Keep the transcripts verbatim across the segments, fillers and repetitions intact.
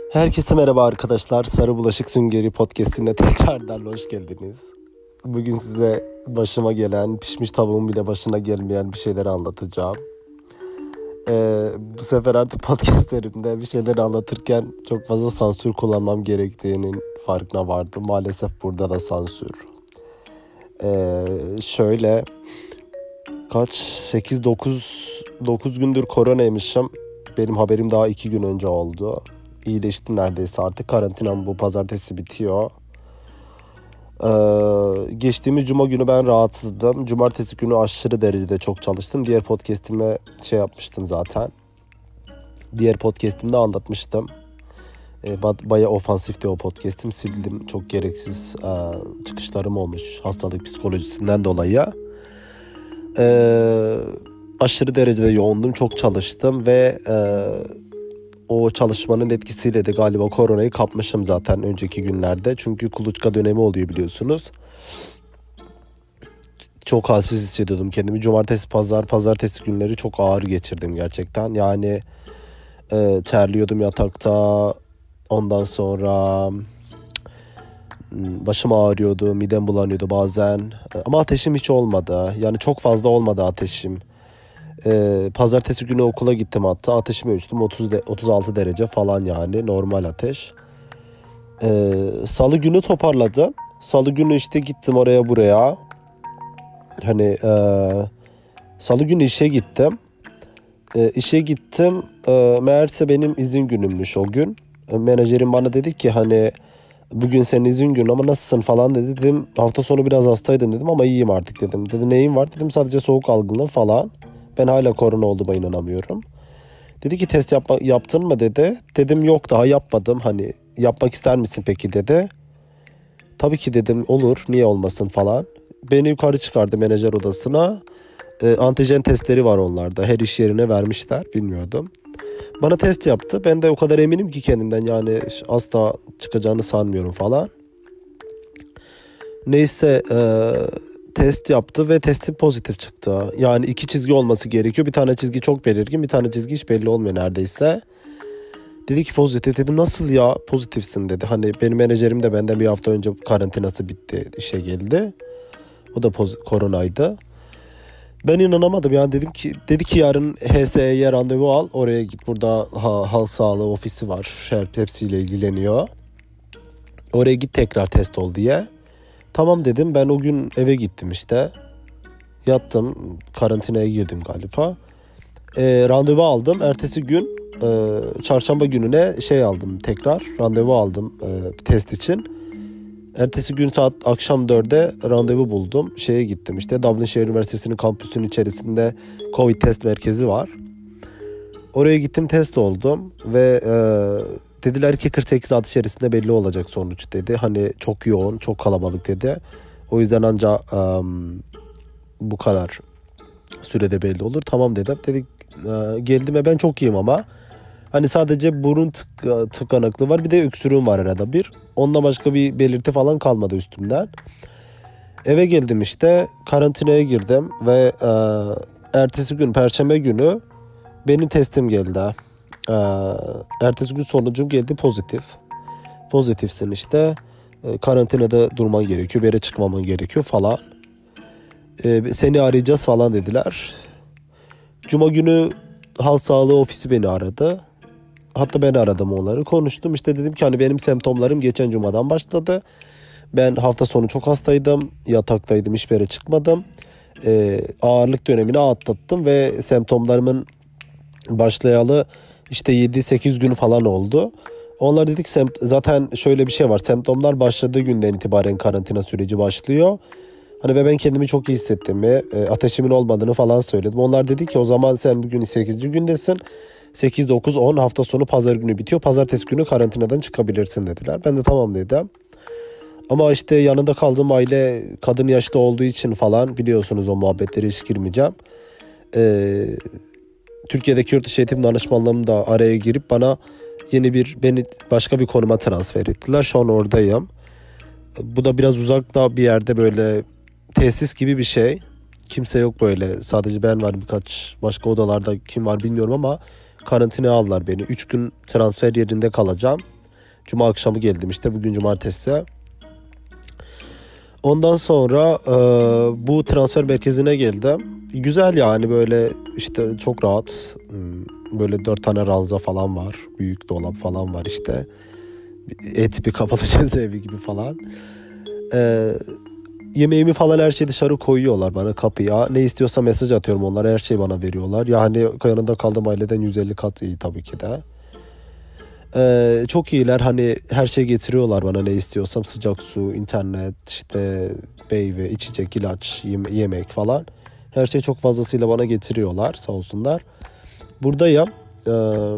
Herkese merhaba arkadaşlar. Sarı Bulaşık Süngeri Podcast'ine tekrardan hoş geldiniz. Bugün size başıma gelen, pişmiş tavuğun bile başına gelmeyen bir şeyleri anlatacağım. Ee, bu sefer artık podcastlerimde bir şeyleri anlatırken çok fazla sansür kullanmam gerektiğinin farkına vardım. Maalesef burada da sansür. Ee, şöyle kaç sekiz dokuz dokuz gündür koronaymışım. Benim haberim daha iki gün önce oldu. İyileştim neredeyse artık. Karantinam bu pazartesi bitiyor. Ee, geçtiğimiz cuma günü ben rahatsızdım. Cumartesi günü aşırı derecede çok çalıştım. Diğer podcast'ime şey yapmıştım zaten. Diğer podcast'imde anlatmıştım. Ee, bayağı ofansifti o podcast'im. Sildim. Çok gereksiz e, çıkışlarım olmuş hastalık psikolojisinden dolayı. Ee, aşırı derecede yoğundum. Çok çalıştım ve e, o çalışmanın etkisiyle de galiba koronayı kapmışım zaten önceki günlerde. Çünkü kuluçka dönemi oluyor biliyorsunuz. Çok halsiz hissediyordum kendimi. Cumartesi, pazar, pazartesi günleri çok ağır geçirdim gerçekten. Yani e, terliyordum yatakta. Ondan sonra başım ağrıyordu, midem bulanıyordu bazen. Ama ateşim hiç olmadı. Yani çok fazla olmadı ateşim. Ee, pazartesi günü okula gittim hatta. Ateşimi ölçtüm. otuz de, otuz altı derece falan yani. Normal ateş. Ee, Salı günü toparladım. Salı günü işte gittim oraya buraya. Hani e, Salı günü işe gittim. E, işe gittim. E, meğerse benim izin günümmüş o gün. E, menajerim bana dedi ki hani bugün senin izin günün ama nasılsın falan dedi. Dedim hafta sonu biraz hastaydım dedim ama iyiyim artık dedim. Dedi neyin var dedim sadece soğuk algınlığı falan. Ben hala korona olduğuma inanamıyorum. Dedi ki test yapma, yaptın mı dedi. Dedim yok daha yapmadım. Hani yapmak ister misin peki dedi. Tabii ki dedim olur niye olmasın falan. Beni yukarı çıkardı menajer odasına. E, antijen testleri var onlarda. Her iş yerine vermişler bilmiyordum. Bana test yaptı. Ben de o kadar eminim ki kendimden yani asla çıkacağını sanmıyorum falan. Neyse eee test yaptı ve testim pozitif çıktı. Yani iki çizgi olması gerekiyor. Bir tane çizgi çok belirgin, bir tane çizgi hiç belli olmuyor neredeyse. Dedi ki pozitif. Dedim nasıl ya pozitifsin dedi. Hani benim menajerim de benden bir hafta önce karantinası bitti işe geldi. O da poz- koronaydı. Ben inanamadım yani dedim ki dedi ki yarın H S E'ye randevu al. Oraya git burada ha, halk sağlığı ofisi var. Hepsiyle ilgileniyor. Oraya git tekrar test ol diye. Tamam dedim ben o gün eve gittim işte. Yattım karantinaya girdim galiba. E, randevu aldım. Ertesi gün e, çarşamba gününe şey aldım tekrar randevu aldım e, test için. Ertesi gün saat akşam dörde randevu buldum. Şeye gittim işte Dublin Şehir Üniversitesi'nin kampüsünün içerisinde Covid test merkezi var. Oraya gittim test oldum ve e, dediler ki kırk sekiz saat içerisinde belli olacak sonuç dedi. Hani çok yoğun, çok kalabalık dedi. O yüzden ancak um, bu kadar sürede belli olur. Tamam dedim. Dedik e, geldim ve ben çok iyiyim ama. Hani sadece burun tık- tıkanıklığı var. Bir de öksürüğüm var arada bir. Ondan başka bir belirti falan kalmadı üstümden. Eve geldim işte. Karantinaya girdim ve e, ertesi gün Perşembe günü benim testim geldi. Ee, ertesi gün sonucum geldi pozitif. Pozitifsin işte. Ee, karantinada durman gerekiyor. Bir yere çıkmaman gerekiyor falan. Ee, seni arayacağız falan dediler. Cuma günü halk sağlığı ofisi beni aradı. Hatta ben aradım onları. Konuştum işte dedim ki hani benim semptomlarım geçen cumadan başladı. Ben hafta sonu çok hastaydım. Yataktaydım. Hiçbir yere çıkmadım. Ee, ağırlık dönemini atlattım ve semptomlarımın başlayalı işte yedi sekiz gün falan oldu. Onlar dedik zaten şöyle bir şey var. Semptomlar başladığı günden itibaren karantina süreci başlıyor. Hani ve ben kendimi çok iyi hissettim ve e, ateşimin olmadığını falan söyledim. Onlar dedi ki o zaman sen bugün sekizinci gündesin. sekiz dokuz on hafta sonu pazar günü bitiyor. Pazartesi günü karantinadan çıkabilirsin dediler. Ben de tamam dedim. Ama işte yanında kaldığım aile kadın yaşlı olduğu için falan biliyorsunuz o muhabbetlere hiç girmeyeceğim. Eee Türkiye'deki yurt dışı eğitim danışmanlığım da araya girip bana yeni bir beni başka bir konuma transfer ettiler. Şu an oradayım. Bu da biraz uzakta bir yerde böyle tesis gibi bir şey. Kimse yok böyle. Sadece ben var birkaç başka odalarda kim var bilmiyorum ama karantinaya aldılar beni. üç gün transfer yerinde kalacağım. Cuma akşamı geldim işte, bugün cumartesi. Ondan sonra e, bu transfer merkezine geldim. Güzel yani, böyle işte çok rahat. Böyle dört tane ranza falan var. Büyük dolap falan var işte. Et bir kapalı cezaevi gibi falan. E, yemeğimi falan her şeyi dışarı koyuyorlar bana kapıya. Ne istiyorsa mesaj atıyorum, onlar her şeyi bana veriyorlar. Yani yanında kaldığım aileden yüz elli kat iyi tabii ki de. Ee, çok iyiler, hani her şey getiriyorlar bana, ne istiyorsam, sıcak su, internet, işte meyve, içecek, ilaç, yeme- yemek falan. Her şey çok fazlasıyla bana getiriyorlar, sağ olsunlar. Buradayım. Ee,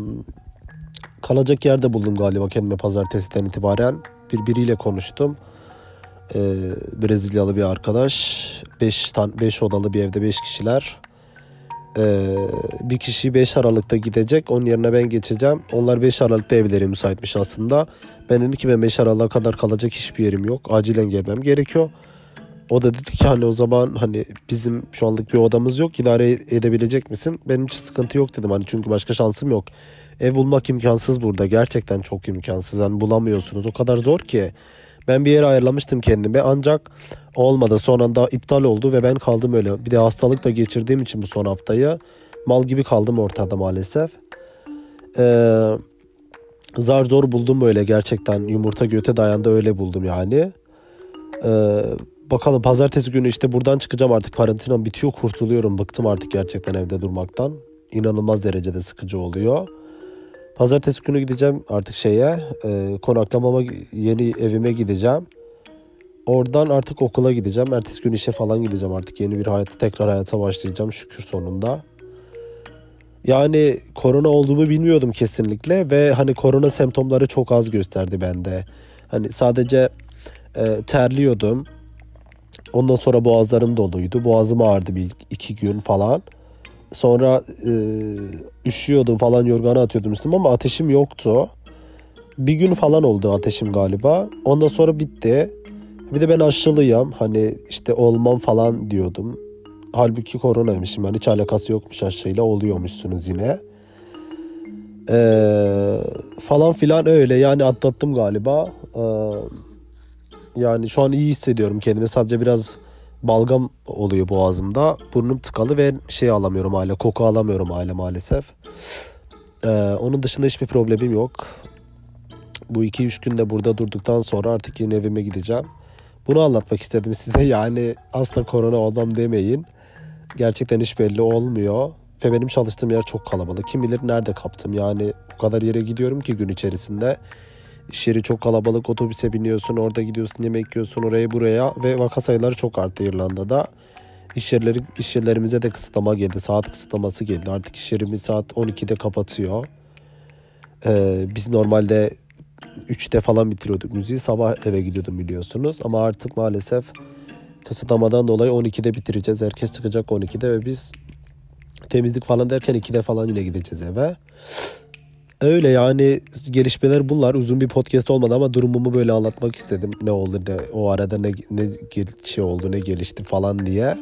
kalacak yer de buldum galiba kendime pazartesiden itibaren. Bir biriyle konuştum. Ee, Brezilyalı bir arkadaş. beş tan beş odalı bir evde beş kişiler. Ee, bir kişi beş Aralık'ta gidecek. Onun yerine ben geçeceğim. Onlar beş Aralık'ta evleri müsaitmiş aslında. Ben dedim ki ben beş Aralık'a kadar kalacak hiçbir yerim yok. Acilen gelmem gerekiyor. O da dedi ki hani o zaman hani bizim şu anlık bir odamız yok. İdare edebilecek misin? Benim hiç sıkıntı yok dedim. Hani çünkü başka şansım yok. Ev bulmak imkansız burada. Gerçekten çok imkansız. Yani bulamıyorsunuz. O kadar zor ki. Ben bir yere ayarlamıştım kendime, ancak olmadı. Son anda iptal oldu ve ben kaldım öyle. Bir de hastalık da geçirdiğim için bu son haftayı mal gibi kaldım ortada maalesef. Ee, zar zor buldum böyle, gerçekten yumurta göte dayandı, öyle buldum yani. Ee, bakalım pazartesi günü işte buradan çıkacağım, artık karantinam bitiyor, kurtuluyorum. Bıktım artık gerçekten evde durmaktan. İnanılmaz derecede sıkıcı oluyor. Pazartesi günü gideceğim artık şeye, e, konaklamama, yeni evime gideceğim. Oradan artık okula gideceğim. Ertesi gün işe falan gideceğim artık. Yeni bir hayata, tekrar hayata başlayacağım şükür sonunda. Yani korona olduğumu bilmiyordum kesinlikle ve hani korona semptomları çok az gösterdi bende. Hani sadece e, terliyordum. Ondan sonra boğazlarım doluydu. Boğazım ağrıdı bir iki gün falan. Sonra e, üşüyordum falan, yorganı atıyordum üstüme ama ateşim yoktu. Bir gün falan oldu ateşim galiba. Ondan sonra bitti. Bir de ben aşılıyım. Hani işte olmam falan diyordum. Halbuki koronaymışım. Yani hiç alakası yokmuş aşıyla, oluyormuşsunuz yine. Ee, falan filan öyle. Yani atlattım galiba. Ee, yani şu an iyi hissediyorum kendimi. Sadece biraz balgam oluyor boğazımda. Burnum tıkalı ve şey alamıyorum hala. Koku alamıyorum hala maalesef. Ee, onun dışında hiçbir problemim yok. Bu iki üç günde burada durduktan sonra artık yeni evime gideceğim. Bunu anlatmak istedim size. Yani asla korona olmam demeyin. Gerçekten hiç belli olmuyor. Ve benim çalıştığım yer çok kalabalık. Kim bilir nerede kaptım. Yani o kadar yere gidiyorum ki gün içerisinde. İş yeri çok kalabalık. Otobüse biniyorsun, orada gidiyorsun, yemek yiyorsun, oraya buraya. Ve vaka sayıları çok arttı İrlanda'da. İş yerleri, iş yerlerimize de kısıtlama geldi. Saat kısıtlaması geldi. Artık iş yerimiz saat on ikide kapatıyor. Ee, biz normalde üçte falan bitiriyorduk müziği. Sabah eve gidiyordum biliyorsunuz. Ama artık maalesef kısıtlamadan dolayı on ikide bitireceğiz. Herkes çıkacak on ikide ve biz temizlik falan derken ikide falan yine gideceğiz eve. Öyle yani, gelişmeler bunlar. Uzun bir podcast olmadı ama durumumu böyle anlatmak istedim. Ne oldu, ne o arada ne ne şey oldu, ne gelişti falan diye.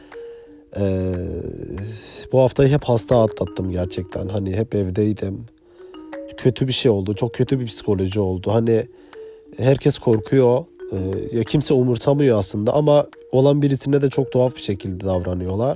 Ee, bu haftayı hep hasta atlattım gerçekten. Hani hep evdeydim. Kötü bir şey oldu. Çok kötü bir psikoloji oldu. Hani herkes korkuyor. Ee, ya kimse umursamıyor aslında ama olan birisine de çok tuhaf bir şekilde davranıyorlar.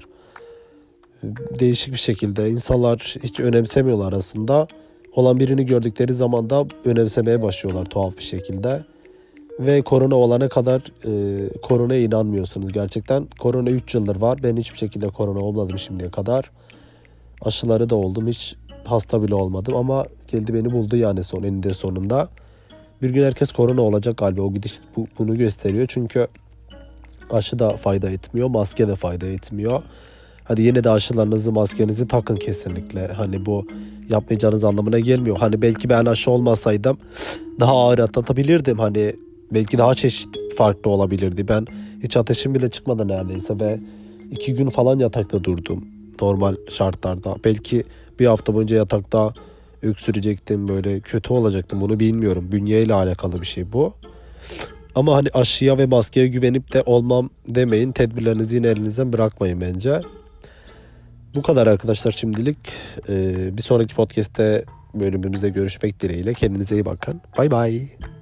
Değişik bir şekilde. İnsanlar hiç önemsemiyorlar aslında. Olan birini gördükleri zaman da önemsemeye başlıyorlar tuhaf bir şekilde. Ve korona olana kadar e, koronaya inanmıyorsunuz gerçekten. Korona üç yıldır var. Ben hiçbir şekilde korona olmadım şimdiye kadar. Aşıları da oldum. Hiç hasta bile olmadım ama geldi beni buldu yani son eninde sonunda. Bir gün herkes korona olacak galiba. O gidiş bu, bunu gösteriyor. Çünkü aşı da fayda etmiyor. Maske de fayda etmiyor. Hadi yine de aşılarınızı, maskenizi takın kesinlikle. Hani bu yapmayacağınız anlamına gelmiyor. Hani belki ben aşı olmasaydım daha ağır atlatabilirdim. Hani belki daha çeşit farklı olabilirdi. Ben hiç ateşim bile çıkmadı neredeyse ve iki gün falan yatakta durdum normal şartlarda. Belki bir hafta boyunca yatakta öksürecektim, böyle kötü olacaktım, bunu bilmiyorum. Bünyeyle alakalı bir şey bu. Ama hani aşıya ve maskeye güvenip de olmam demeyin. Tedbirlerinizi yine elinizden bırakmayın bence. Bu kadar arkadaşlar şimdilik. Ee, bir sonraki podcast'te bölümümüzde görüşmek dileğiyle. Kendinize iyi bakın. Bay bay.